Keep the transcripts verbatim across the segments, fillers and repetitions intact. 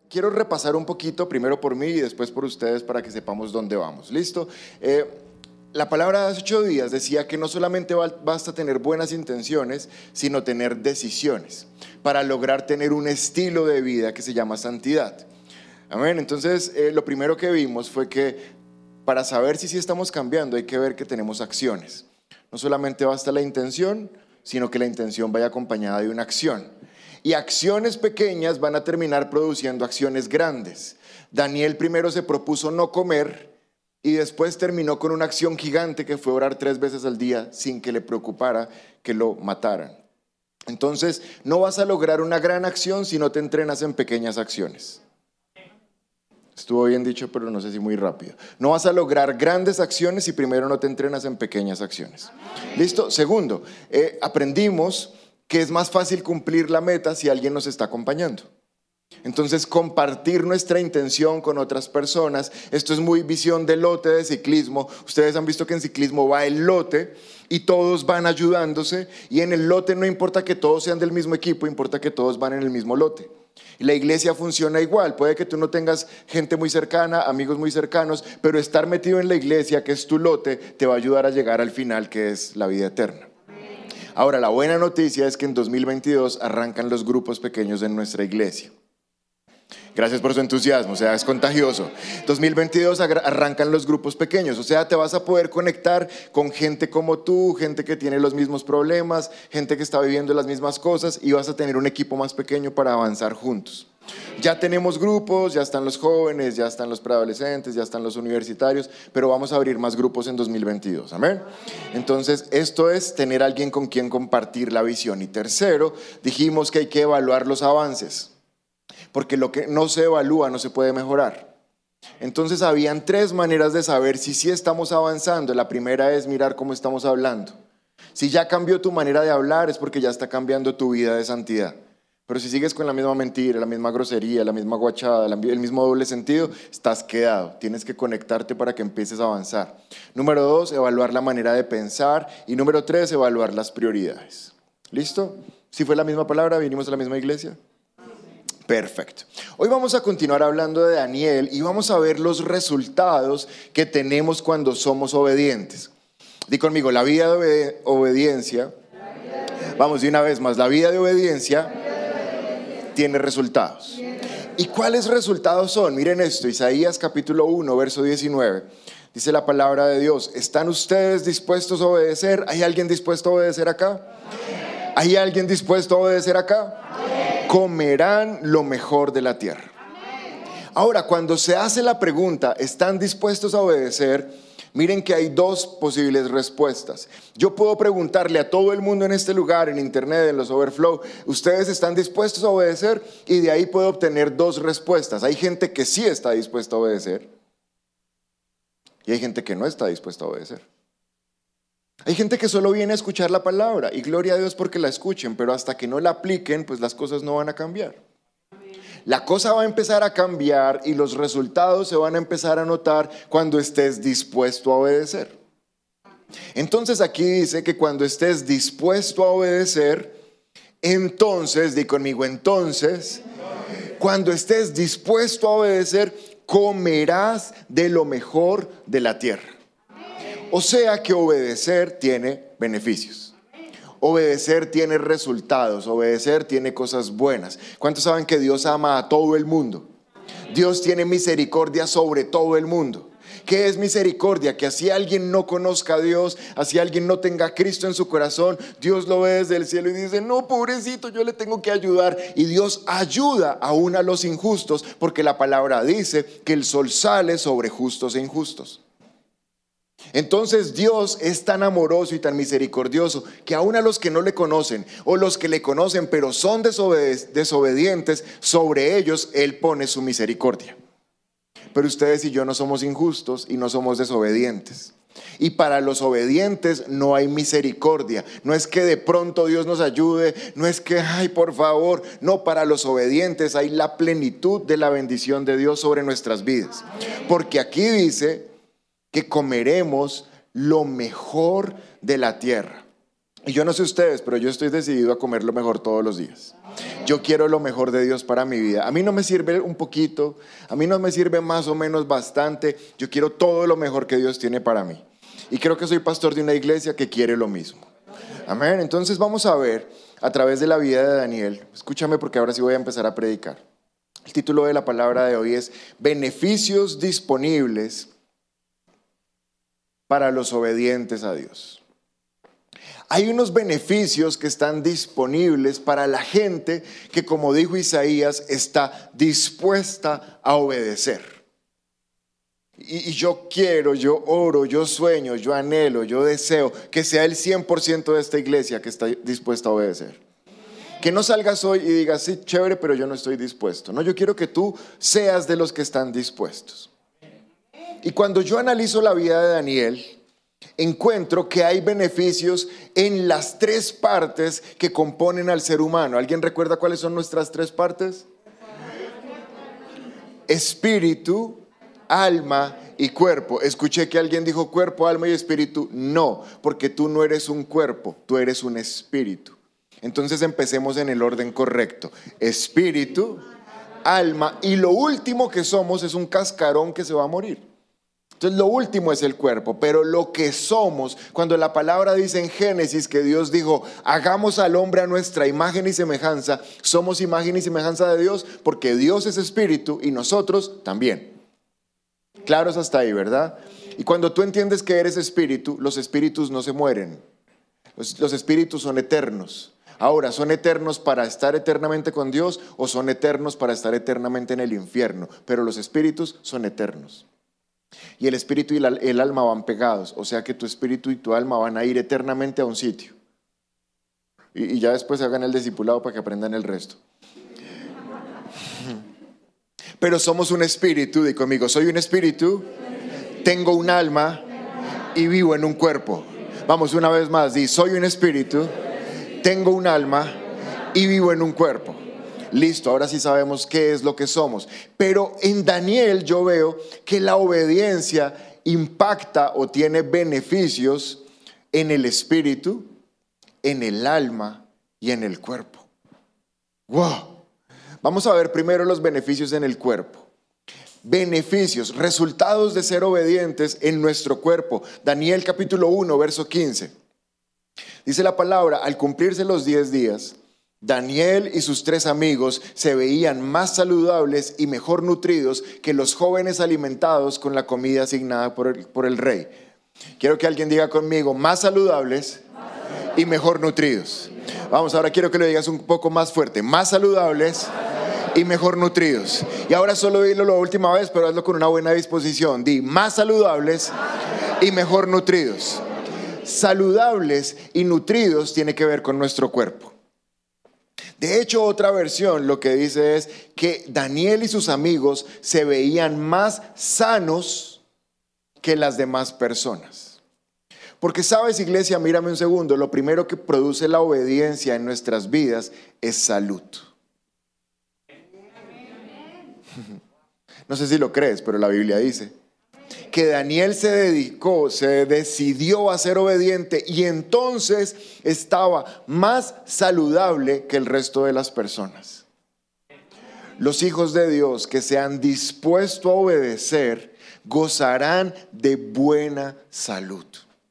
quiero repasar un poquito, primero por mí y después por ustedes para que sepamos dónde vamos. ¿Listo? Eh, la palabra de hace ocho días decía que no solamente basta tener buenas intenciones, sino tener decisiones para lograr tener un estilo de vida que se llama santidad. Amén. Entonces, eh, lo primero que vimos fue que para saber si sí estamos cambiando hay que ver que tenemos acciones. No solamente basta la intención, sino que la intención vaya acompañada de una acción. Y acciones pequeñas van a terminar produciendo acciones grandes. Daniel primero se propuso no comer y después terminó con una acción gigante que fue orar tres veces al día sin que le preocupara que lo mataran. Entonces, no vas a lograr una gran acción si no te entrenas en pequeñas acciones. Estuvo bien dicho, pero no sé si muy rápido. No vas a lograr grandes acciones si primero no te entrenas en pequeñas acciones. ¿Listo? Segundo, eh, aprendimos que es más fácil cumplir la meta si alguien nos está acompañando. Entonces, compartir nuestra intención con otras personas, esto es muy visión de lote de ciclismo. Ustedes han visto que en ciclismo va el lote y todos van ayudándose, y en el lote no importa que todos sean del mismo equipo, importa que todos van en el mismo lote. Y la iglesia funciona igual. Puede que tú no tengas gente muy cercana, amigos muy cercanos, pero estar metido en la iglesia, que es tu lote, te va a ayudar a llegar al final, que es la vida eterna. Ahora, la buena noticia es que en dos mil veintidós arrancan los grupos pequeños en nuestra iglesia. Gracias por su entusiasmo, o sea, es contagioso. dos mil veintidós arrancan los grupos pequeños, o sea, te vas a poder conectar con gente como tú, gente que tiene los mismos problemas, gente que está viviendo las mismas cosas, y vas a tener un equipo más pequeño para avanzar juntos. Ya tenemos grupos, ya están los jóvenes, ya están los preadolescentes, ya están los universitarios, pero vamos a abrir más grupos en dos mil veintidós, amén. Entonces, esto es tener a alguien con quien compartir la visión. Y tercero, dijimos que hay que evaluar los avances, porque lo que no se evalúa no se puede mejorar. Entonces habían tres maneras de saber si sí estamos avanzando. La primera es mirar cómo estamos hablando. Si ya cambió tu manera de hablar es porque ya está cambiando tu vida de santidad. Pero si sigues con la misma mentira, la misma grosería, la misma guachada, el mismo doble sentido, estás quedado. Tienes que conectarte para que empieces a avanzar. Número dos, evaluar la manera de pensar. Y número tres, evaluar las prioridades. ¿Listo? ¿Sí fue la misma palabra? ¿Vinimos a la misma iglesia? Perfecto. Hoy vamos a continuar hablando de Daniel y vamos a ver los resultados que tenemos cuando somos obedientes. Di conmigo, la vida de obedi- obediencia. Vamos, de una vez más, la vida de obediencia tiene resultados. ¿Y cuáles resultados son? Miren esto, Isaías capítulo uno, verso diecinueve. Dice la palabra de Dios: ¿están ustedes dispuestos a obedecer? ¿Hay alguien dispuesto a obedecer acá? ¿Hay alguien dispuesto a obedecer acá? Comerán lo mejor de la tierra. Ahora, cuando se hace la pregunta, ¿están dispuestos a obedecer? Miren que hay dos posibles respuestas. Yo puedo preguntarle a todo el mundo en este lugar, en internet, en los overflow, ¿ustedes están dispuestos a obedecer? Y de ahí puedo obtener dos respuestas. Hay gente que sí está dispuesta a obedecer y hay gente que no está dispuesta a obedecer. Hay gente que solo viene a escuchar la palabra y gloria a Dios porque la escuchen, pero hasta que no la apliquen, pues las cosas no van a cambiar. La cosa va a empezar a cambiar y los resultados se van a empezar a notar cuando estés dispuesto a obedecer. Entonces aquí dice que cuando estés dispuesto a obedecer, entonces, di conmigo, entonces, cuando estés dispuesto a obedecer, comerás de lo mejor de la tierra. O sea que obedecer tiene beneficios. Obedecer tiene resultados, obedecer tiene cosas buenas. ¿Cuántos saben que Dios ama a todo el mundo? Dios tiene misericordia sobre todo el mundo. ¿Qué es misericordia? Que así alguien no conozca a Dios, así alguien no tenga a Cristo en su corazón, Dios lo ve desde el cielo y dice: no, pobrecito, yo le tengo que ayudar. Y Dios ayuda aún a los injustos, porque la palabra dice que el sol sale sobre justos e injustos. Entonces Dios es tan amoroso y tan misericordioso que aún a los que no le conocen o los que le conocen pero son desobede- desobedientes, sobre ellos Él pone su misericordia. Pero ustedes y yo no somos injustos y no somos desobedientes. Y para los obedientes no hay misericordia. No es que de pronto Dios nos ayude, no es que, ay, por favor. No, para los obedientes hay la plenitud de la bendición de Dios sobre nuestras vidas. Porque aquí dice que comeremos lo mejor de la tierra. Y yo no sé ustedes, pero yo estoy decidido a comer lo mejor todos los días. Yo quiero lo mejor de Dios para mi vida. A mí no me sirve un poquito, a mí no me sirve más o menos bastante. Yo quiero todo lo mejor que Dios tiene para mí. Y creo que soy pastor de una iglesia que quiere lo mismo. Amén. Entonces vamos a ver a través de la vida de Daniel. Escúchame porque ahora sí voy a empezar a predicar. El título de la palabra de hoy es Beneficios disponibles para los obedientes a Dios. Hay unos beneficios que están disponibles para la gente que, como dijo Isaías, está dispuesta a obedecer. Y, y yo quiero, yo oro, yo sueño, yo anhelo, yo deseo que sea el cien por ciento de esta iglesia que está dispuesta a obedecer. Que no salgas hoy y digas, sí, chévere, pero yo no estoy dispuesto. No, yo quiero que tú seas de los que están dispuestos. Y cuando yo analizo la vida de Daniel, encuentro que hay beneficios en las tres partes que componen al ser humano. ¿Alguien recuerda cuáles son nuestras tres partes? Espíritu, alma y cuerpo. Escuché que alguien dijo cuerpo, alma y espíritu. No, porque tú no eres un cuerpo, tú eres un espíritu. Entonces empecemos en el orden correcto. Espíritu, alma y lo último que somos es un cascarón que se va a morir. Entonces lo último es el cuerpo, pero lo que somos, cuando la palabra dice en Génesis que Dios dijo, hagamos al hombre a nuestra imagen y semejanza, somos imagen y semejanza de Dios porque Dios es espíritu y nosotros también. Claros hasta ahí, ¿verdad? Y cuando tú entiendes que eres espíritu, los espíritus no se mueren, los, los espíritus son eternos. Ahora, ¿son eternos para estar eternamente con Dios o son eternos para estar eternamente en el infierno? Pero los espíritus son eternos. Y el espíritu y la, el alma van pegados, o sea que tu espíritu y tu alma van a ir eternamente a un sitio. Y, y ya después hagan el discipulado para que aprendan el resto. Pero somos un espíritu, di conmigo, soy un espíritu, tengo un alma y vivo en un cuerpo. Vamos una vez más, di, soy un espíritu, tengo un alma y vivo en un cuerpo. Listo, ahora sí sabemos qué es lo que somos. Pero en Daniel yo veo que la obediencia impacta o tiene beneficios en el espíritu, en el alma y en el cuerpo. ¡Wow! Vamos a ver primero los beneficios en el cuerpo. Beneficios, resultados de ser obedientes en nuestro cuerpo. Daniel capítulo uno, verso quince. Dice la palabra, al cumplirse los diez días, Daniel y sus tres amigos se veían más saludables y mejor nutridos que los jóvenes alimentados con la comida asignada por el, por el rey. Quiero que alguien diga conmigo, más saludables y mejor nutridos. Vamos, ahora quiero que lo digas un poco más fuerte, más saludables y mejor nutridos. Y ahora solo dilo la última vez, pero hazlo con una buena disposición. Di, más saludables y mejor nutridos. Saludables y nutridos tiene que ver con nuestro cuerpo. De hecho, otra versión lo que dice es que Daniel y sus amigos se veían más sanos que las demás personas. Porque sabes, iglesia, mírame un segundo, lo primero que produce la obediencia en nuestras vidas es salud. No sé si lo crees, pero la Biblia dice que Daniel se dedicó, se decidió a ser obediente y entonces estaba más saludable que el resto de las personas. Los hijos de Dios que se han dispuesto a obedecer gozarán de buena salud.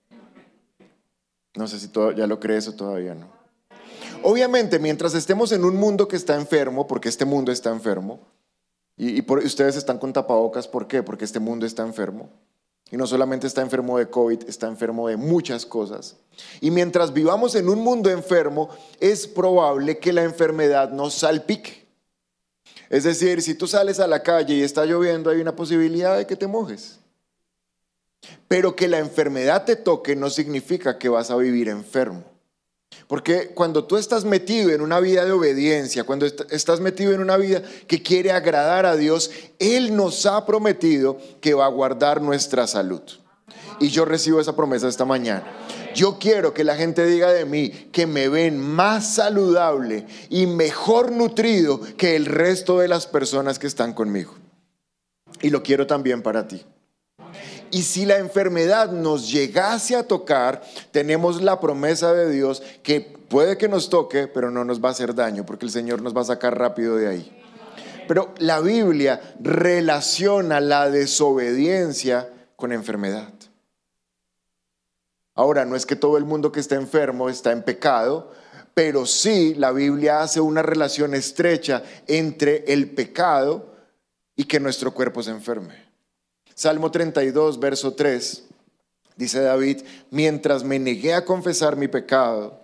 No sé si todo, ya lo crees o todavía no. Obviamente, mientras estemos en un mundo que está enfermo, porque este mundo está enfermo, Y, y por, ustedes están con tapabocas, ¿por qué? Porque este mundo está enfermo. Y no solamente está enfermo de COVID, está enfermo de muchas cosas. Y mientras vivamos en un mundo enfermo, es probable que la enfermedad nos salpique. Es decir, si tú sales a la calle y está lloviendo, hay una posibilidad de que te mojes. Pero que la enfermedad te toque no significa que vas a vivir enfermo. Porque cuando tú estás metido en una vida de obediencia, cuando est- estás metido en una vida que quiere agradar a Dios, Él nos ha prometido que va a guardar nuestra salud. Y yo recibo esa promesa esta mañana. Yo quiero que la gente diga de mí que me ven más saludable y mejor nutrido que el resto de las personas que están conmigo. Y lo quiero también para ti. Y si la enfermedad nos llegase a tocar, tenemos la promesa de Dios que puede que nos toque, pero no nos va a hacer daño, porque el Señor nos va a sacar rápido de ahí. Pero la Biblia relaciona la desobediencia con enfermedad. Ahora, no es que todo el mundo que está enfermo está en pecado, pero sí la Biblia hace una relación estrecha entre el pecado y que nuestro cuerpo se enferme. Salmo treinta y dos, verso tres, dice David: mientras me negué a confesar mi pecado,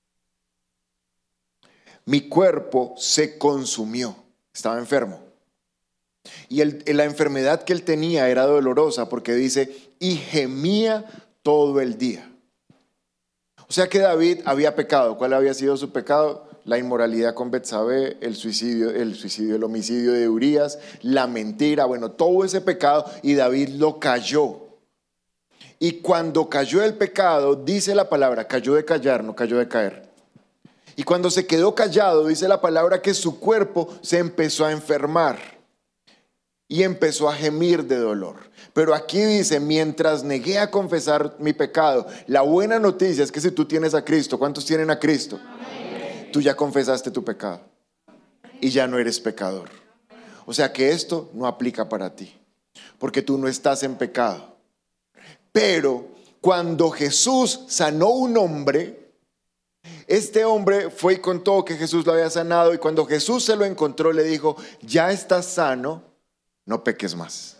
mi cuerpo se consumió. Estaba enfermo. Y el, la enfermedad que él tenía era dolorosa, porque dice, y gemía todo el día. O sea que David había pecado. ¿Cuál había sido su pecado? La inmoralidad con Betsabé, el suicidio, el suicidio, el homicidio de Urías, la mentira, bueno, todo ese pecado, y David lo cayó. Y cuando cayó el pecado, dice la palabra, cayó de callar, no cayó de caer. Y cuando se quedó callado, dice la palabra que su cuerpo se empezó a enfermar y empezó a gemir de dolor. Pero aquí dice, mientras negué a confesar mi pecado. La buena noticia es que si tú tienes a Cristo, ¿cuántos tienen a Cristo? Amén. Tú ya confesaste tu pecado y ya no eres pecador. O sea que esto no aplica para ti, porque tú no estás en pecado. Pero cuando Jesús sanó un hombre, este hombre fue y contó que Jesús lo había sanado, y cuando Jesús se lo encontró le dijo, ya estás sano, no peques más.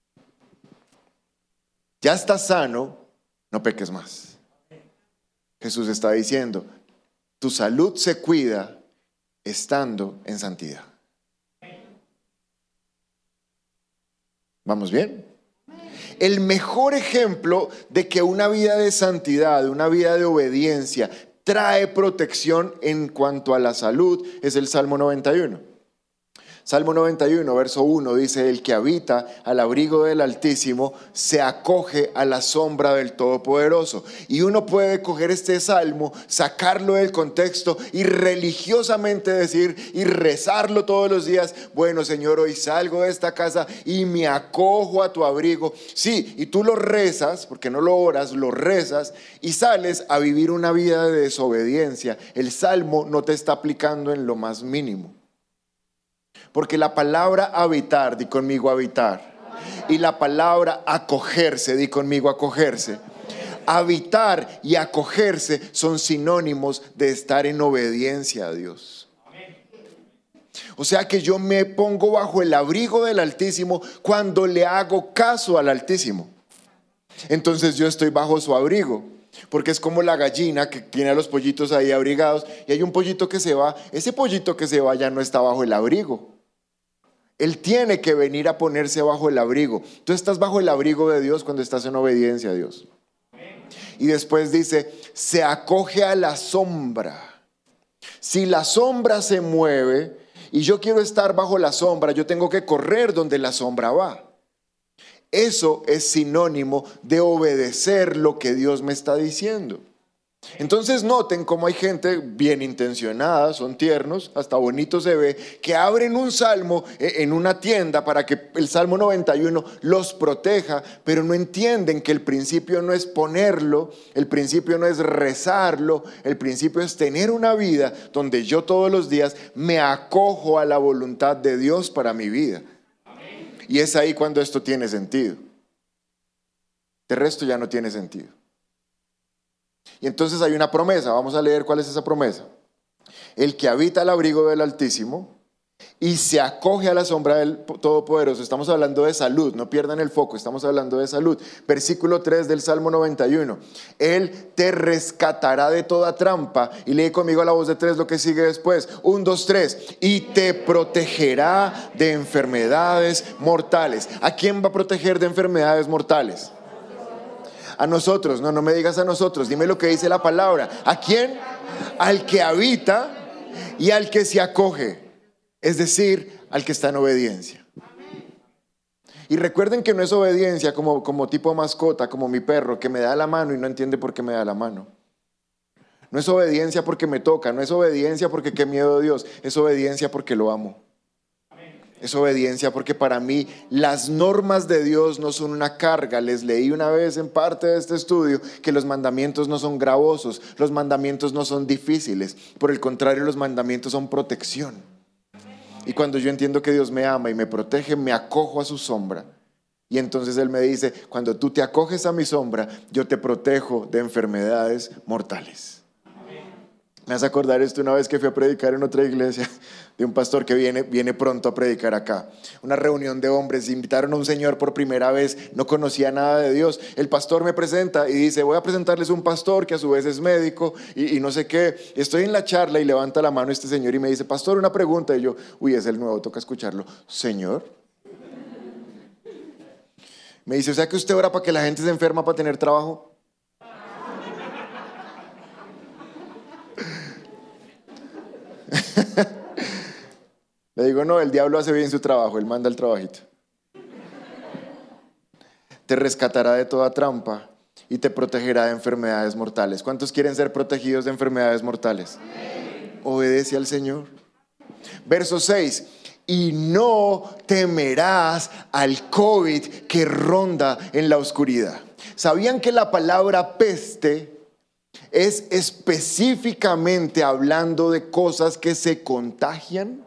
Ya estás sano, no peques más. Jesús está diciendo, tu salud se cuida estando en santidad. ¿Vamos bien? El mejor ejemplo de que una vida de santidad, una vida de obediencia, trae protección en cuanto a la salud es el Salmo noventa y uno. Salmo noventa y uno, verso uno, dice, el que habita al abrigo del Altísimo se acoge a la sombra del Todopoderoso. Y uno puede coger este salmo, sacarlo del contexto y religiosamente decir y rezarlo todos los días. Bueno, Señor, hoy salgo de esta casa y me acojo a tu abrigo. Sí, y tú lo rezas, porque no lo oras, lo rezas y sales a vivir una vida de desobediencia. El salmo no te está aplicando en lo más mínimo. Porque la palabra habitar, di conmigo habitar, y la palabra acogerse, di conmigo acogerse. Habitar y acogerse son sinónimos de estar en obediencia a Dios. O sea que yo me pongo bajo el abrigo del Altísimo cuando le hago caso al Altísimo. Entonces yo estoy bajo su abrigo. Porque es como la gallina que tiene a los pollitos ahí abrigados, y hay un pollito que se va. Ese pollito que se va ya no está bajo el abrigo. Él tiene que venir a ponerse bajo el abrigo. Tú estás bajo el abrigo de Dios cuando estás en obediencia a Dios. Y después dice, se acoge a la sombra. Si la sombra se mueve y yo quiero estar bajo la sombra, yo tengo que correr donde la sombra va. Eso es sinónimo de obedecer lo que Dios me está diciendo. Entonces noten cómo hay gente bien intencionada, son tiernos, hasta bonito se ve, que abren un salmo en una tienda para que el Salmo noventa y uno los proteja, pero no entienden que el principio no es ponerlo, el principio no es rezarlo, el principio es tener una vida donde yo todos los días me acojo a la voluntad de Dios para mi vida. Y es ahí cuando esto tiene sentido. De resto ya no tiene sentido. Y entonces hay una promesa, vamos a leer cuál es esa promesa. El que habita al abrigo del Altísimo y se acoge a la sombra del Todopoderoso. Estamos hablando de salud, no pierdan el foco, estamos hablando de salud. Versículo tres del Salmo noventa y uno. Él te rescatará de toda trampa. Y lee conmigo a la voz de tres lo que sigue después. Un, dos, tres. Y te protegerá de enfermedades mortales. ¿A quién va a proteger de enfermedades mortales? A nosotros. No, no me digas a nosotros, dime lo que dice la palabra. ¿A quién? Al que habita y al que se acoge. Es decir, al que está en obediencia. Y recuerden que no es obediencia como, como tipo mascota, como mi perro, que me da la mano y no entiende por qué me da la mano. No es obediencia porque me toca, no es obediencia porque qué miedo de Dios, es obediencia porque lo amo. es obediencia, porque para mí las normas de Dios no son una carga. Les leí una vez en parte de este estudio que los mandamientos no son gravosos, los mandamientos no son difíciles, por el contrario, los mandamientos son protección. Y cuando yo entiendo que Dios me ama y me protege, me acojo a su sombra. Y entonces Él me dice, cuando tú te acoges a mi sombra, yo te protejo de enfermedades mortales. Me hace acordar esto una vez que fui a predicar en otra iglesia, de un pastor que viene, viene pronto a predicar acá. Una reunión de hombres, invitaron a un señor por primera vez, no conocía nada de Dios. El pastor me presenta y dice, voy a presentarles un pastor que a su vez es médico y, y no sé qué. Estoy en la charla y levanta la mano este señor y me dice, pastor, una pregunta. Y yo, uy, es el nuevo, toca escucharlo. Señor. Me dice, o sea que usted ora para que la gente se enferma para tener trabajo. Le digo, no, el diablo hace bien su trabajo, él manda el trabajito. Te rescatará de toda trampa y te protegerá de enfermedades mortales. ¿Cuántos quieren ser protegidos de enfermedades mortales? Amén. Obedece al Señor. Verso seis. Y no temerás al COVID que ronda en la oscuridad. ¿Sabían que la palabra peste es específicamente hablando de cosas que se contagian?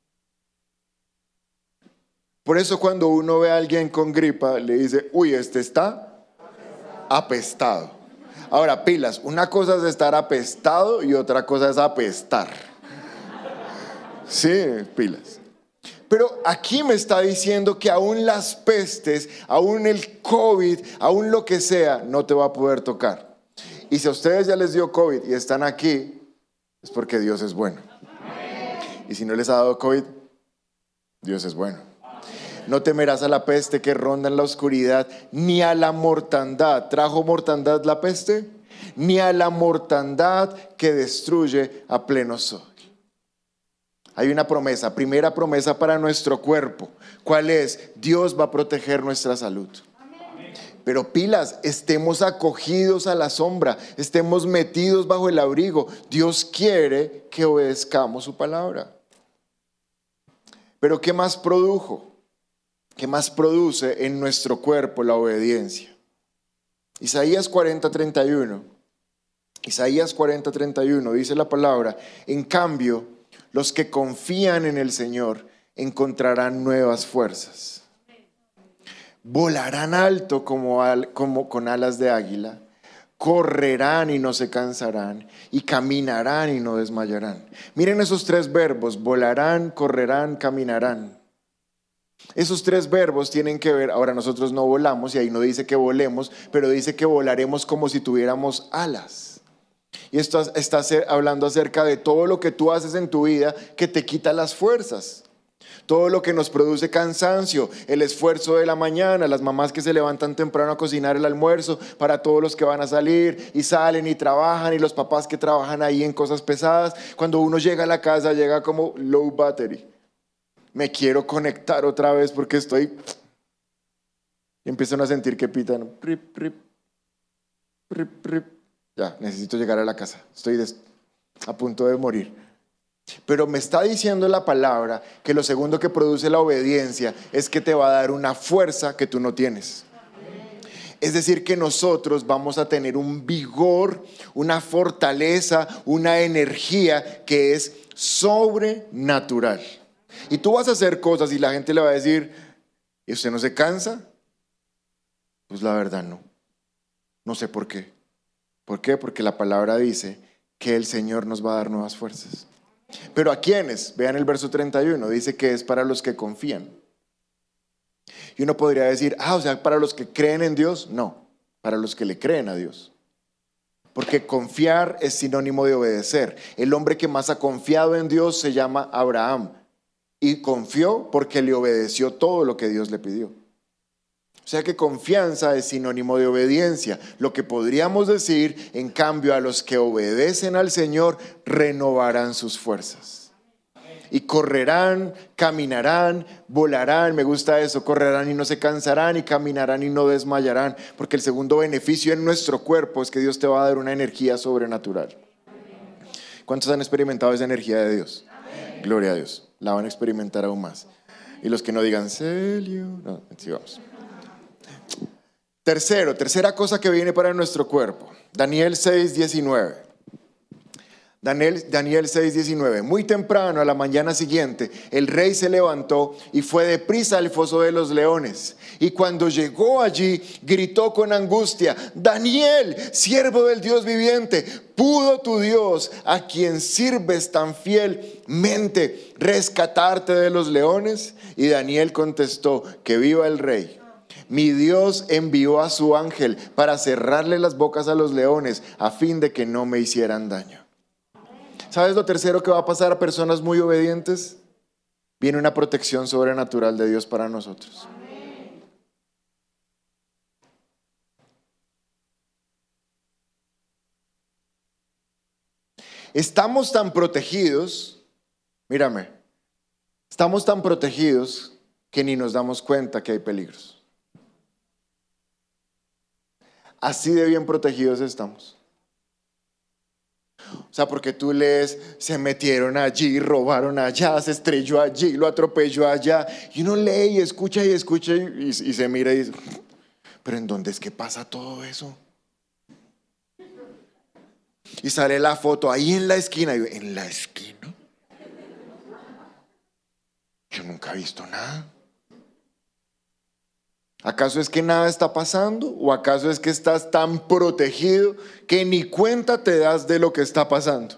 Por eso cuando uno ve a alguien con gripa, le dice, uy, este está apestado. Ahora, pilas, una cosa es estar apestado y otra cosa es apestar. Sí, pilas. Pero aquí me está diciendo que aún las pestes, aún el COVID, aún lo que sea, no te va a poder tocar. Y si a ustedes ya les dio COVID y están aquí, es porque Dios es bueno. Y si no les ha dado COVID, Dios es bueno. No temerás a la peste que ronda en la oscuridad, ni a la mortandad. ¿Trajo mortandad la peste? Ni a la mortandad que destruye a pleno sol. Hay una promesa, primera promesa para nuestro cuerpo. ¿Cuál es? Dios va a proteger nuestra salud. Pero pilas, estemos acogidos a la sombra, estemos metidos bajo el abrigo. Dios quiere que obedezcamos su palabra. Pero ¿qué más produjo? ¿Qué más produce en nuestro cuerpo la obediencia? Isaías cuarenta, treinta y uno. Isaías cuarenta, treinta y uno dice la palabra, en cambio, los que confían en el Señor encontrarán nuevas fuerzas. Volarán alto como, al, como con alas de águila, correrán y no se cansarán, y caminarán y no desmayarán. Miren esos tres verbos, volarán, correrán, caminarán. Esos tres verbos tienen que ver, ahora nosotros no volamos y ahí no dice que volemos, pero dice que volaremos como si tuviéramos alas. Y esto está hablando acerca de todo lo que tú haces en tu vida que te quita las fuerzas. Todo lo que nos produce cansancio, el esfuerzo de la mañana, las mamás que se levantan temprano a cocinar el almuerzo para todos los que van a salir y salen y trabajan, y los papás que trabajan ahí en cosas pesadas. Cuando uno llega a la casa llega como low battery. Me quiero conectar otra vez porque estoy... Y empiezan a sentir que pitan. Rip, rip, rip, rip. Ya, necesito llegar a la casa. Estoy des... a punto de morir. Pero me está diciendo la palabra que lo segundo que produce la obediencia es que te va a dar una fuerza que tú no tienes. Es decir, que nosotros vamos a tener un vigor, una fortaleza, una energía que es sobrenatural. Y tú vas a hacer cosas y la gente le va a decir, ¿y usted no se cansa? Pues la verdad no. No sé por qué. ¿Por qué? Porque la palabra dice que el Señor nos va a dar nuevas fuerzas. ¿Pero a quiénes? Vean el verso treinta y uno, dice que es para los que confían. Y uno podría decir, ah, o sea, para los que creen en Dios. No, para los que le creen a Dios. Porque confiar es sinónimo de obedecer. El hombre que más ha confiado en Dios se llama Abraham. Y confió porque le obedeció todo lo que Dios le pidió. O sea que confianza es sinónimo de obediencia. Lo que podríamos decir, en cambio, a los que obedecen al Señor, renovarán sus fuerzas. Y correrán, caminarán, volarán, me gusta eso, correrán y no se cansarán, y caminarán y no desmayarán. Porque el segundo beneficio en nuestro cuerpo es que Dios te va a dar una energía sobrenatural. ¿Cuántos han experimentado esa energía de Dios? Gloria a Dios, la van a experimentar aún más. Y los que no digan Celio, no, sigamos. Tercero, tercera cosa que viene para nuestro cuerpo. Daniel seis, diecinueve. Daniel, Daniel seis, diecinueve. Muy temprano, a la mañana siguiente, el rey se levantó y fue deprisa al foso de los leones. Y cuando llegó allí, gritó con angustia: Daniel, siervo del Dios viviente, ¿pudo tu Dios, a quien sirves tan fielmente, rescatarte de los leones? Y Daniel contestó: que viva el rey. Mi Dios envió a su ángel para cerrarle las bocas a los leones, a fin de que no me hicieran daño. ¿Sabes lo tercero que va a pasar a personas muy obedientes? Viene una protección sobrenatural de Dios para nosotros. Estamos tan protegidos, mírame, estamos tan protegidos que ni nos damos cuenta que hay peligros. Así de bien protegidos estamos. O sea, porque tú lees, se metieron allí, robaron allá, se estrelló allí, lo atropelló allá. Y uno lee y escucha y escucha y, y, y se mira y dice, ¿pero en dónde es que pasa todo eso? Y sale la foto ahí en la esquina. Y yo, ¿en la esquina? Yo nunca he visto nada. ¿Acaso es que nada está pasando? ¿O acaso es que estás tan protegido que ni cuenta te das de lo que está pasando?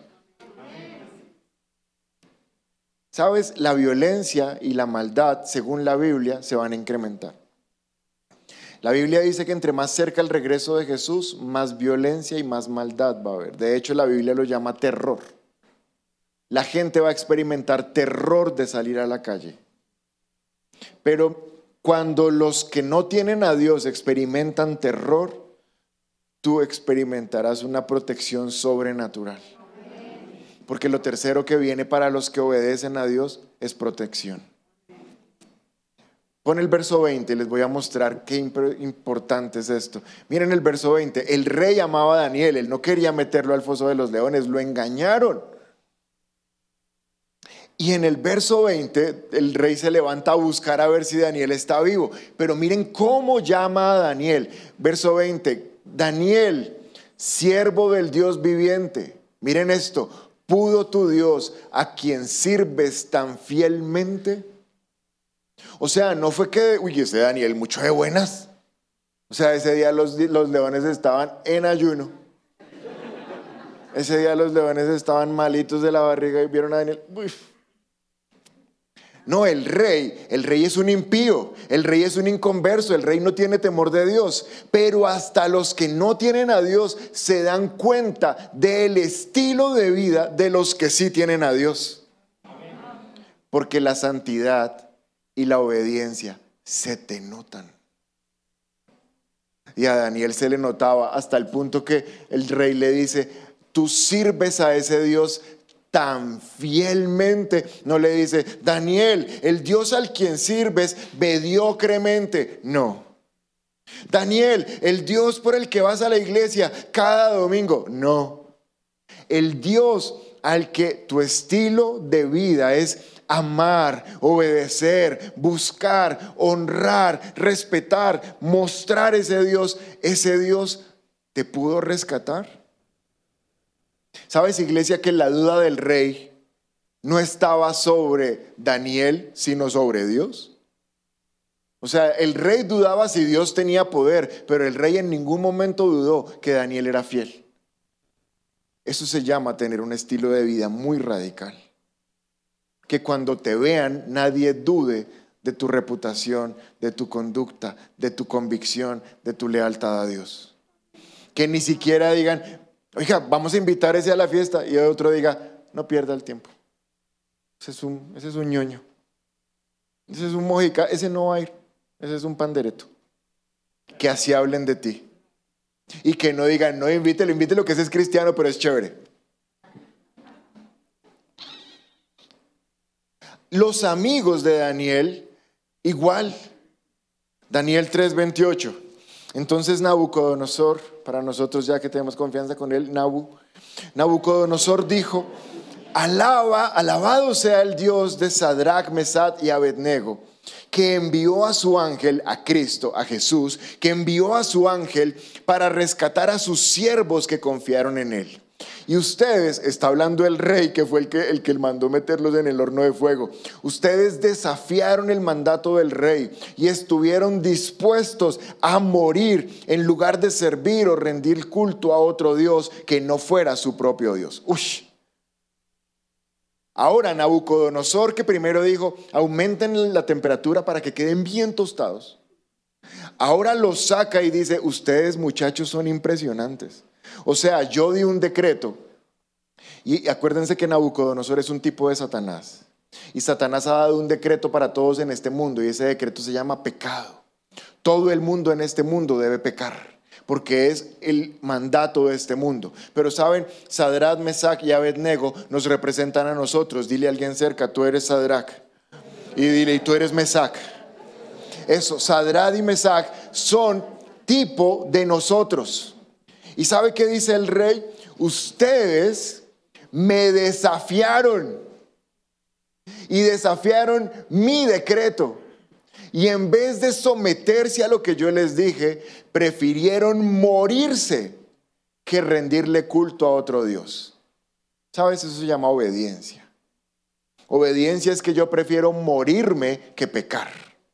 ¿Sabes? La violencia y la maldad, según la Biblia, se van a incrementar. La Biblia dice que entre más cerca el regreso de Jesús, más violencia y más maldad va a haber. De hecho, la Biblia lo llama terror. La gente va a experimentar terror de salir a la calle. Pero cuando los que no tienen a Dios experimentan terror, tú experimentarás una protección sobrenatural. Porque lo tercero que viene para los que obedecen a Dios es protección. Pon el verso veinte, les voy a mostrar qué importante es esto. Miren el verso veinte, el rey amaba a Daniel, él no quería meterlo al foso de los leones, lo engañaron. Y en el verso veinte, el rey se levanta a buscar a ver si Daniel está vivo. Pero miren cómo llama a Daniel. Verso veinte, Daniel, siervo del Dios viviente. Miren esto, ¿pudo tu Dios, a quien sirves tan fielmente? O sea, no fue que, uy, ese Daniel mucho de buenas. O sea, ese día los, los leones estaban en ayuno. Ese día los leones estaban malitos de la barriga y vieron a Daniel. Uy. No, el rey, el rey es un impío, el rey es un inconverso, el rey no tiene temor de Dios. Pero hasta los que no tienen a Dios se dan cuenta del estilo de vida de los que sí tienen a Dios. Porque la santidad y la obediencia se te notan. Y a Daniel se le notaba hasta el punto que el rey le dice, tú sirves a ese Dios tan fielmente. No le dice, Daniel, el Dios al quien sirves mediocremente. No. Daniel, el Dios por el que vas a la iglesia cada domingo. No. El Dios al que tu estilo de vida es amar, obedecer, buscar, honrar, respetar, mostrar ese Dios. Ese Dios te pudo rescatar. ¿Sabes, iglesia, que la duda del rey no estaba sobre Daniel, sino sobre Dios? O sea, el rey dudaba si Dios tenía poder, pero el rey en ningún momento dudó que Daniel era fiel. Eso se llama tener un estilo de vida muy radical. Que cuando te vean, nadie dude de tu reputación, de tu conducta, de tu convicción, de tu lealtad a Dios. Que ni siquiera digan, oiga, vamos a invitar a ese a la fiesta, y el otro diga, no pierda el tiempo. Ese es un, ese es un ñoño. Ese es un mojica, ese no va a ir. Ese es un pandereto. Que así hablen de ti. Y que no digan, no, invítelo, invítelo, que ese es cristiano, pero es chévere. Los amigos de Daniel, igual. Daniel tres veintiocho. Entonces Nabucodonosor, para nosotros ya que tenemos confianza con él, Nabu, Nabucodonosor dijo Alaba, alabado sea el Dios de Sadrach, Mesach y Abednego, que envió a su ángel, a Cristo, a Jesús, que envió a su ángel para rescatar a sus siervos que confiaron en él. Y ustedes, está hablando el rey que fue el que, el que mandó meterlos en el horno de fuego, ustedes desafiaron el mandato del rey y estuvieron dispuestos a morir en lugar de servir o rendir culto a otro Dios que no fuera su propio Dios. Ush. Ahora Nabucodonosor, que primero dijo, aumenten la temperatura para que queden bien tostados, ahora los saca y dice, ustedes muchachos son impresionantes. O sea, yo di un decreto, y acuérdense que Nabucodonosor es un tipo de Satanás, y Satanás ha dado un decreto para todos en este mundo, y ese decreto se llama pecado. Todo el mundo en este mundo debe pecar, porque es el mandato de este mundo. Pero saben, Sadrach, Mesach y Abednego nos representan a nosotros. Dile a alguien cerca, tú eres Sadrach, y dile, y tú eres Mesach. Eso, Sadrach y Mesach son tipo de nosotros. ¿Y sabe qué dice el rey? Ustedes me desafiaron y desafiaron mi decreto, y en vez de someterse a lo que yo les dije, prefirieron morirse que rendirle culto a otro Dios. ¿Sabes? Eso se llama obediencia. Obediencia es que yo prefiero morirme que pecar.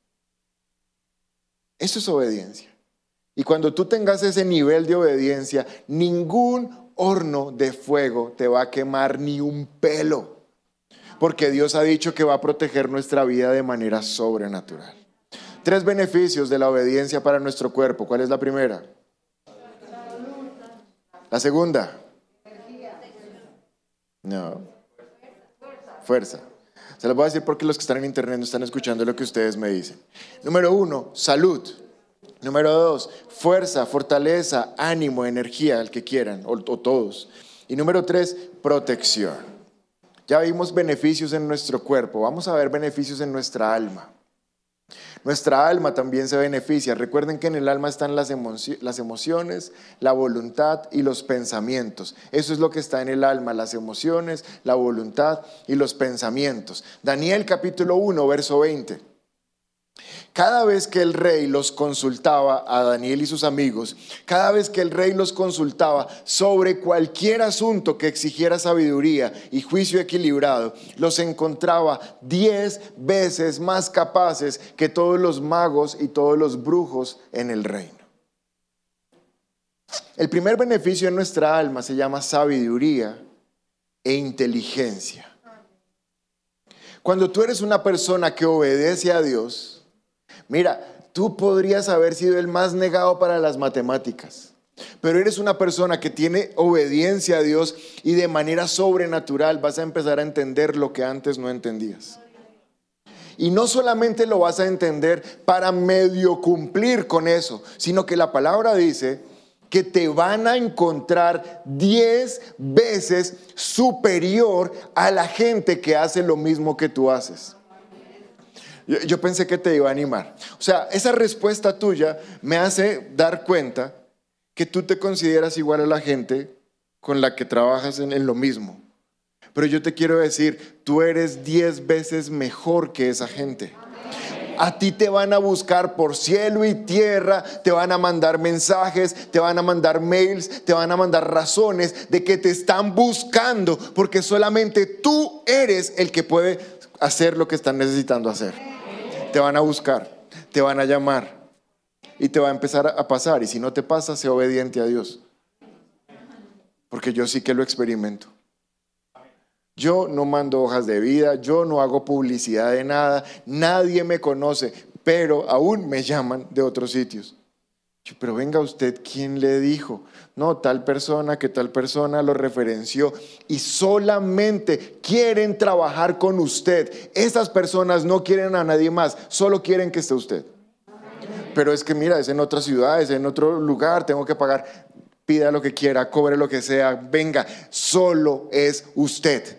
Eso es obediencia. Y cuando tú tengas ese nivel de obediencia, ningún horno de fuego te va a quemar ni un pelo, porque Dios ha dicho que va a proteger nuestra vida de manera sobrenatural. Tres beneficios de la obediencia para nuestro cuerpo. ¿Cuál es la primera? La segunda. No. Fuerza. Se los voy a decir porque los que están en internet no están escuchando lo que ustedes me dicen. Número uno, salud. Número dos, fuerza, fortaleza, ánimo, energía, el que quieran, o, o todos. Y número tres, protección. Ya vimos beneficios en nuestro cuerpo, vamos a ver beneficios en nuestra alma. Nuestra alma también se beneficia. Recuerden que en el alma están las, emoci- las emociones, la voluntad y los pensamientos. Eso es lo que está en el alma, las emociones, la voluntad y los pensamientos. Daniel capítulo uno, verso veinte. Cada vez que el rey los consultaba a Daniel y sus amigos, cada vez que el rey los consultaba sobre cualquier asunto que exigiera sabiduría y juicio equilibrado, los encontraba diez veces más capaces que todos los magos y todos los brujos en el reino. El primer beneficio en nuestra alma se llama sabiduría e inteligencia. Cuando tú eres una persona que obedece a Dios, mira, tú podrías haber sido el más negado para las matemáticas, pero eres una persona que tiene obediencia a Dios y de manera sobrenatural vas a empezar a entender lo que antes no entendías. Y no solamente lo vas a entender para medio cumplir con eso, sino que la palabra dice que te van a encontrar diez veces superior a la gente que hace lo mismo que tú haces. Yo, yo pensé que te iba a animar. O sea, esa respuesta tuya me hace dar cuenta que tú te consideras igual a la gente con la que trabajas en, en lo mismo. Pero yo te quiero decir, tú eres diez veces mejor que esa gente. A ti te van a buscar por cielo y tierra, te van a mandar mensajes, te van a mandar mails, te van a mandar razones de que te están buscando, porque solamente tú eres el que puede hacer lo que están necesitando hacer. Te van a buscar, te van a llamar y te va a empezar a pasar. Y si no te pasa, sé obediente a Dios, porque yo sí que lo experimento. Yo no mando hojas de vida, yo no hago publicidad de nada, nadie me conoce, pero aún me llaman de otros sitios. Yo, pero venga usted, ¿quién le dijo? No, tal persona, que tal persona lo referenció, y solamente quieren trabajar con usted. Esas personas no quieren a nadie más, solo quieren que esté usted. Pero es que mira, es en otra ciudad, es en otro lugar, tengo que pagar. Pida lo que quiera, cobre lo que sea, venga, solo es usted.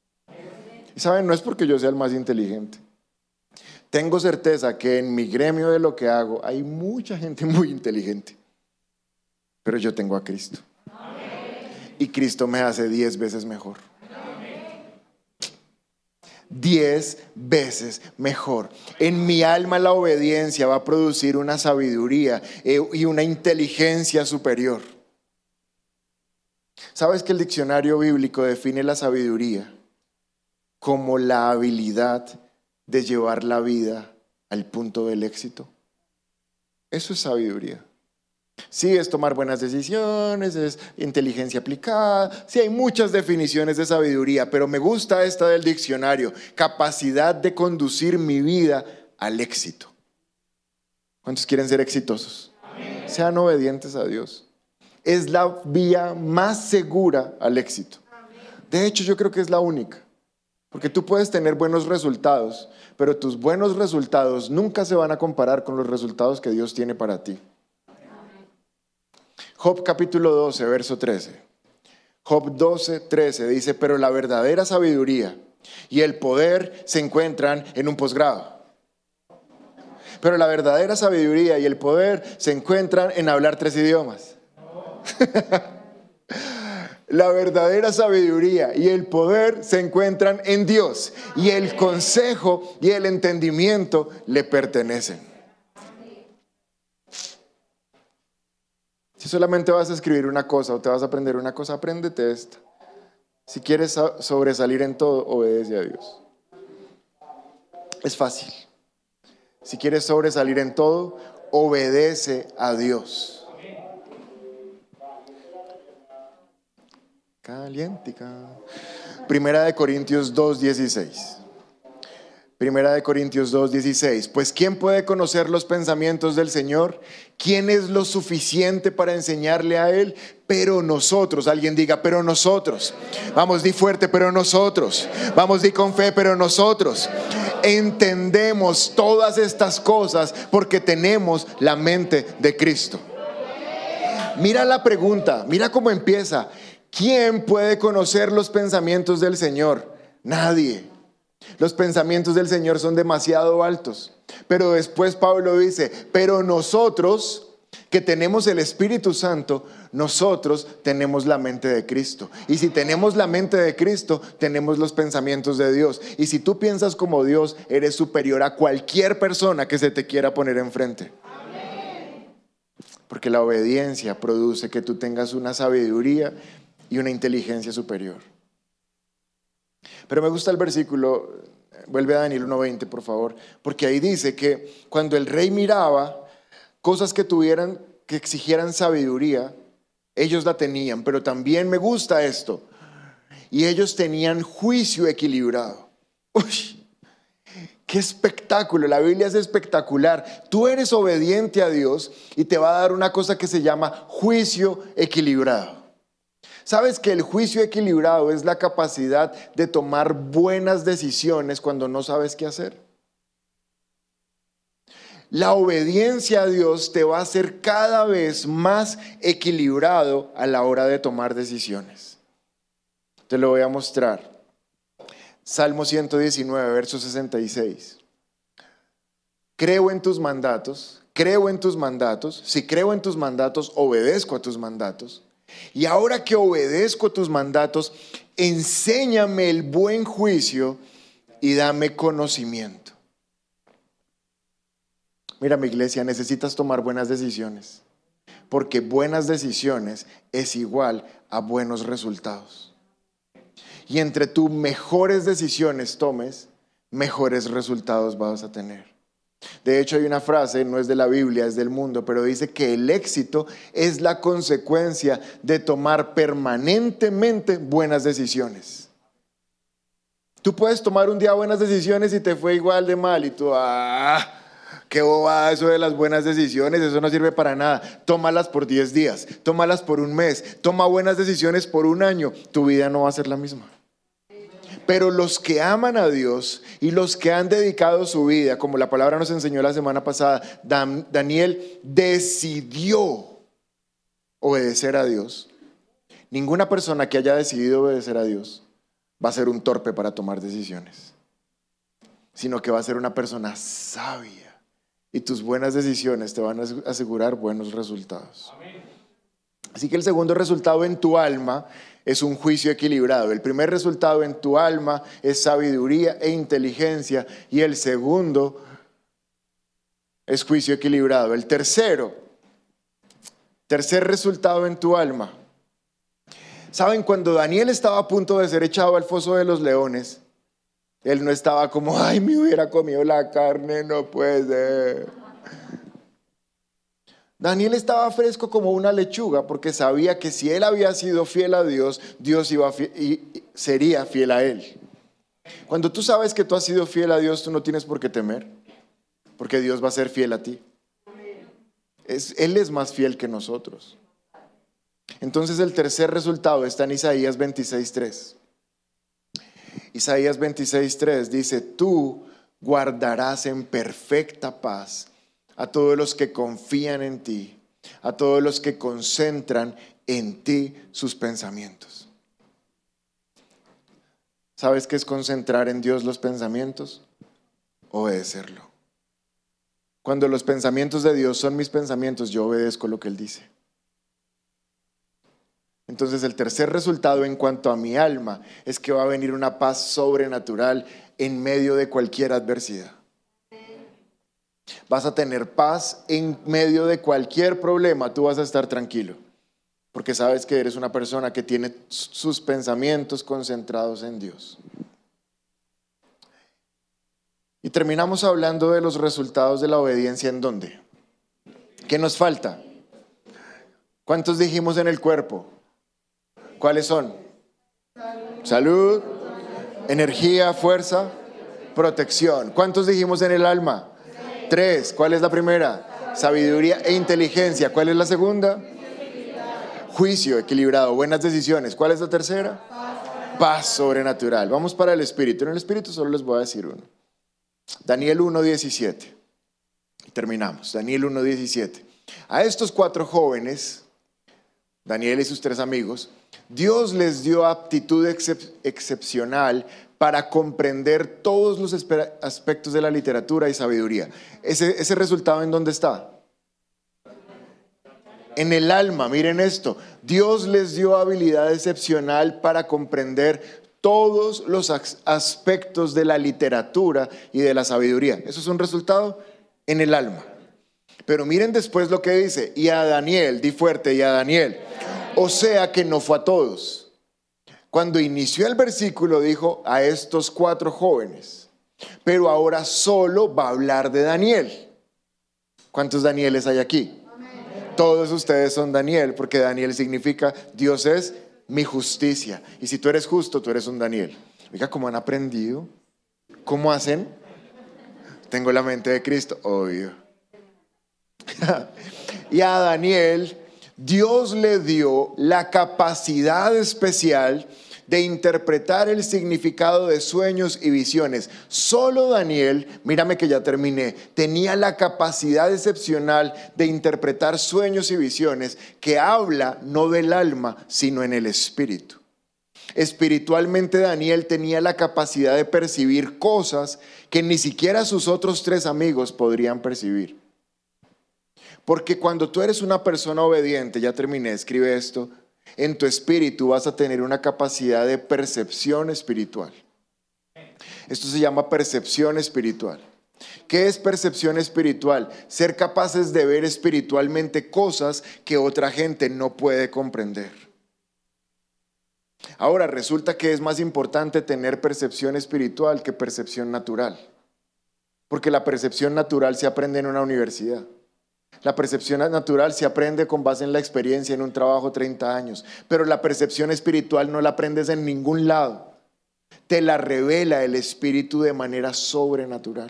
Y saben, no es porque yo sea el más inteligente. Tengo certeza que en mi gremio de lo que hago hay mucha gente muy inteligente. Pero yo tengo a Cristo. Amén. Y Cristo me hace diez veces mejor. Amén. diez veces mejor. En mi alma la obediencia va a producir una sabiduría eh, y una inteligencia superior. ¿Sabes que el diccionario bíblico define la sabiduría como la habilidad de llevar la vida al punto del éxito? Eso es sabiduría. Sí, es tomar buenas decisiones, es inteligencia aplicada. Sí, hay muchas definiciones de sabiduría, pero me gusta esta del diccionario: capacidad de conducir mi vida al éxito. ¿Cuántos quieren ser exitosos? Amén. Sean obedientes a Dios. Es la vía más segura al éxito. De hecho, yo creo que es la única. Porque tú puedes tener buenos resultados, pero tus buenos resultados nunca se van a comparar con los resultados que Dios tiene para ti. Job capítulo doce, verso trece. Job doce, trece dice: pero la verdadera sabiduría y el poder se encuentran en un posgrado. Pero la verdadera sabiduría y el poder se encuentran en hablar tres idiomas. La verdadera sabiduría y el poder se encuentran en Dios, y el consejo y el entendimiento le pertenecen. Si solamente vas a escribir una cosa o te vas a aprender una cosa, apréndete esta. Si quieres sobresalir en todo, obedece a Dios. Es fácil. Si quieres sobresalir en todo, obedece a Dios. Calientica. Primera de Corintios dos, dieciséis. Primera de Corintios dos, dieciséis. Pues ¿quién puede conocer los pensamientos del Señor? ¿Quién es lo suficiente para enseñarle a Él? Pero nosotros, alguien diga, pero nosotros. Vamos, di fuerte, pero nosotros. Vamos, di con fe, pero nosotros. Entendemos todas estas cosas porque tenemos la mente de Cristo. Mira la pregunta, mira cómo empieza. ¿Quién puede conocer los pensamientos del Señor? Nadie. Los pensamientos del Señor son demasiado altos. Pero después Pablo dice, pero nosotros que tenemos el Espíritu Santo, nosotros tenemos la mente de Cristo. Y si tenemos la mente de Cristo, tenemos los pensamientos de Dios. Y si tú piensas como Dios, eres superior a cualquier persona que se te quiera poner enfrente. Amén. Porque la obediencia produce que tú tengas una sabiduría y una inteligencia superior. Pero me gusta el versículo, vuelve a Daniel uno veinte por favor, porque ahí dice que cuando el rey miraba cosas que tuvieran, que exigieran sabiduría, ellos la tenían. Pero también me gusta esto, y ellos tenían juicio equilibrado. Uy, qué espectáculo, la Biblia es espectacular. Tú eres obediente a Dios y te va a dar una cosa que se llama juicio equilibrado. ¿Sabes que el juicio equilibrado es la capacidad de tomar buenas decisiones cuando no sabes qué hacer? La obediencia a Dios te va a hacer cada vez más equilibrado a la hora de tomar decisiones. Te lo voy a mostrar. Salmo ciento diecinueve, verso sesenta y seis. Creo en tus mandatos, creo en tus mandatos. Si creo en tus mandatos, obedezco a tus mandatos. Y ahora que obedezco a tus mandatos, enséñame el buen juicio y dame conocimiento. Mira, mi iglesia, necesitas tomar buenas decisiones, porque buenas decisiones es igual a buenos resultados. Y entre tú mejores decisiones tomes, mejores resultados vas a tener. De hecho, hay una frase, no es de la Biblia, es del mundo, pero dice que el éxito es la consecuencia de tomar permanentemente buenas decisiones. Tú puedes tomar un día buenas decisiones y te fue igual de mal y tú, ah, qué bobada eso de las buenas decisiones, eso no sirve para nada. Tómalas por diez días, tómalas por un mes, toma buenas decisiones por un año, tu vida no va a ser la misma. Pero los que aman a Dios y los que han dedicado su vida, como la palabra nos enseñó la semana pasada, Dan, Daniel decidió obedecer a Dios. Ninguna persona que haya decidido obedecer a Dios va a ser un torpe para tomar decisiones, sino que va a ser una persona sabia. Y tus buenas decisiones te van a asegurar buenos resultados. Amén. Así que el segundo resultado en tu alma es un juicio equilibrado. El primer resultado en tu alma es sabiduría e inteligencia, y el segundo es juicio equilibrado. El tercero, tercer resultado en tu alma. ¿Saben? Cuando Daniel estaba a punto de ser echado al foso de los leones, él no estaba como, ay, me hubiera comido la carne, no puede ser. Daniel estaba fresco como una lechuga, porque sabía que si él había sido fiel a Dios, Dios iba a fi- y sería fiel a él. Cuando tú sabes que tú has sido fiel a Dios, tú no tienes por qué temer, porque Dios va a ser fiel a ti. Es, él es más fiel que nosotros. Entonces el tercer resultado está en Isaías veintiséis tres. Isaías veintiséis tres dice, tú guardarás en perfecta paz a todos los que confían en ti, a todos los que concentran en ti sus pensamientos. ¿Sabes qué es concentrar en Dios los pensamientos? Obedecerlo. Cuando los pensamientos de Dios son mis pensamientos, yo obedezco lo que Él dice. Entonces el tercer resultado en cuanto a mi alma es que va a venir una paz sobrenatural en medio de cualquier adversidad. Vas a tener paz en medio de cualquier problema, tú vas a estar tranquilo, porque sabes que eres una persona que tiene sus pensamientos concentrados en Dios. Y terminamos hablando de los resultados de la obediencia. ¿En dónde? ¿Qué nos falta? ¿Cuántos dijimos en el cuerpo? ¿Cuáles son? Salud, energía, fuerza, protección. ¿Cuántos dijimos en el alma? Tres. ¿Cuál es la primera? Sabiduría e inteligencia. ¿Cuál es la segunda? Juicio equilibrado, buenas decisiones. ¿Cuál es la tercera? Paz sobrenatural. Vamos para el espíritu. En el espíritu solo les voy a decir uno. Daniel uno diecisiete. Terminamos. Daniel uno diecisiete. A estos cuatro jóvenes, Daniel y sus tres amigos, Dios les dio aptitud excep- excepcional para comprender todos los aspectos de la literatura y sabiduría. Ese, ese resultado, ¿en dónde está? En el alma. Miren esto. Dios les dio habilidad excepcional para comprender todos los aspectos de la literatura y de la sabiduría. Eso es un resultado en el alma. Pero miren después lo que dice. Y a Daniel, di fuerte, y a Daniel. O sea que no fue a todos. Cuando inició el versículo dijo a estos cuatro jóvenes, pero ahora solo va a hablar de Daniel. ¿Cuántos Danieles hay aquí? Amén. Todos ustedes son Daniel, porque Daniel significa Dios es mi justicia. Y si tú eres justo, tú eres un Daniel. Oiga, ¿cómo han aprendido? ¿Cómo hacen? Tengo la mente de Cristo, obvio. Y a Daniel, Dios le dio la capacidad especial de interpretar el significado de sueños y visiones. Solo Daniel, mírame que ya terminé, tenía la capacidad excepcional de interpretar sueños y visiones que habla no del alma, sino en el espíritu. Espiritualmente Daniel tenía la capacidad de percibir cosas que ni siquiera sus otros tres amigos podrían percibir. Porque cuando tú eres una persona obediente, ya terminé, escribe esto, en tu espíritu vas a tener una capacidad de percepción espiritual. Esto se llama percepción espiritual. ¿Qué es percepción espiritual? Ser capaces de ver espiritualmente cosas que otra gente no puede comprender. Ahora, resulta que es más importante tener percepción espiritual que percepción natural. Porque la percepción natural se aprende en una universidad. La percepción natural se aprende con base en la experiencia en un trabajo treinta años, pero la percepción espiritual no la aprendes en ningún lado. Te la revela el Espíritu de manera sobrenatural.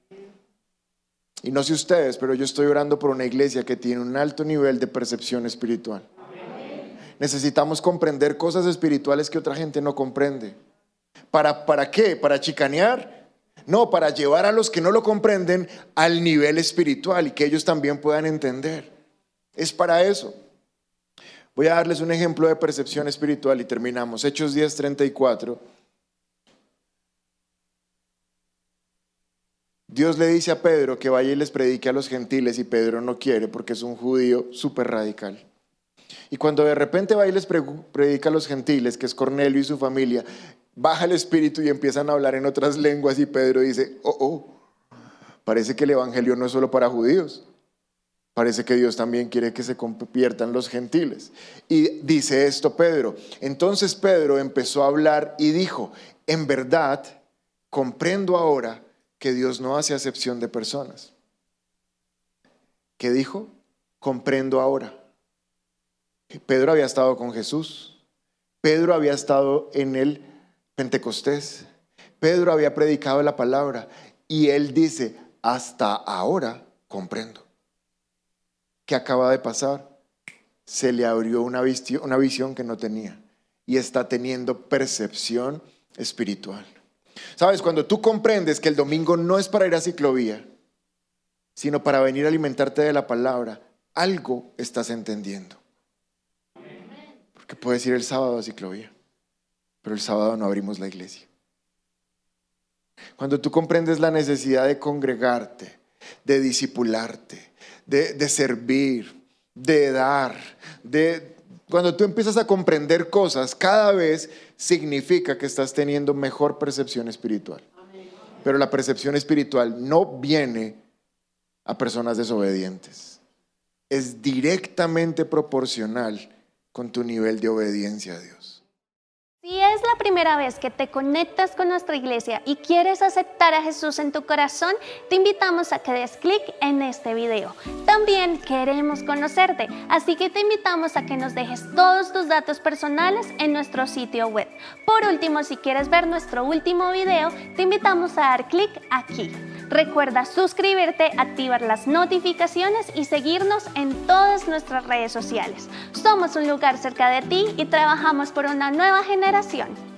Y no sé ustedes, pero yo estoy orando por una iglesia que tiene un alto nivel de percepción espiritual. Necesitamos comprender cosas espirituales que otra gente no comprende. ¿Para, para qué? ¿Para chicanear? No, para llevar a los que no lo comprenden al nivel espiritual y que ellos también puedan entender. Es para eso. Voy a darles un ejemplo de percepción espiritual y terminamos. Hechos diez treinta y cuatro. Dios le dice a Pedro que vaya y les predique a los gentiles y Pedro no quiere porque es un judío súper radical. Y cuando de repente va y les predica a los gentiles, que es Cornelio y su familia, baja el espíritu y empiezan a hablar en otras lenguas y Pedro dice, oh, oh, parece que el evangelio no es solo para judíos. Parece que Dios también quiere que se conviertan los gentiles. Y dice esto Pedro. Entonces Pedro empezó a hablar y dijo, en verdad, comprendo ahora que Dios no hace acepción de personas. ¿Qué dijo? Comprendo ahora. Pedro había estado con Jesús. Pedro había estado en el Pentecostés. Pedro había predicado la palabra. Y él dice, hasta ahora comprendo. ¿Qué acaba de pasar? Se le abrió una visión, una visión que no tenía y está teniendo percepción espiritual. ¿Sabes? Cuando tú comprendes que el domingo no es para ir a ciclovía, sino para venir a alimentarte de la palabra, algo estás entendiendo. Porque puedes ir el sábado a ciclovía, pero el sábado no abrimos la iglesia. Cuando tú comprendes la necesidad de congregarte, de discipularte, De, de servir, de dar, de, cuando tú empiezas a comprender cosas, cada vez significa que estás teniendo mejor percepción espiritual. Pero la percepción espiritual no viene a personas desobedientes. Es directamente proporcional con tu nivel de obediencia a Dios. Si es la primera vez que te conectas con nuestra iglesia y quieres aceptar a Jesús en tu corazón, te invitamos a que des clic en este video. También queremos conocerte, así que te invitamos a que nos dejes todos tus datos personales en nuestro sitio web. Por último, si quieres ver nuestro último video, te invitamos a dar clic aquí. Recuerda suscribirte, activar las notificaciones y seguirnos en todas nuestras redes sociales. Somos un lugar cerca de ti y trabajamos por una nueva generación.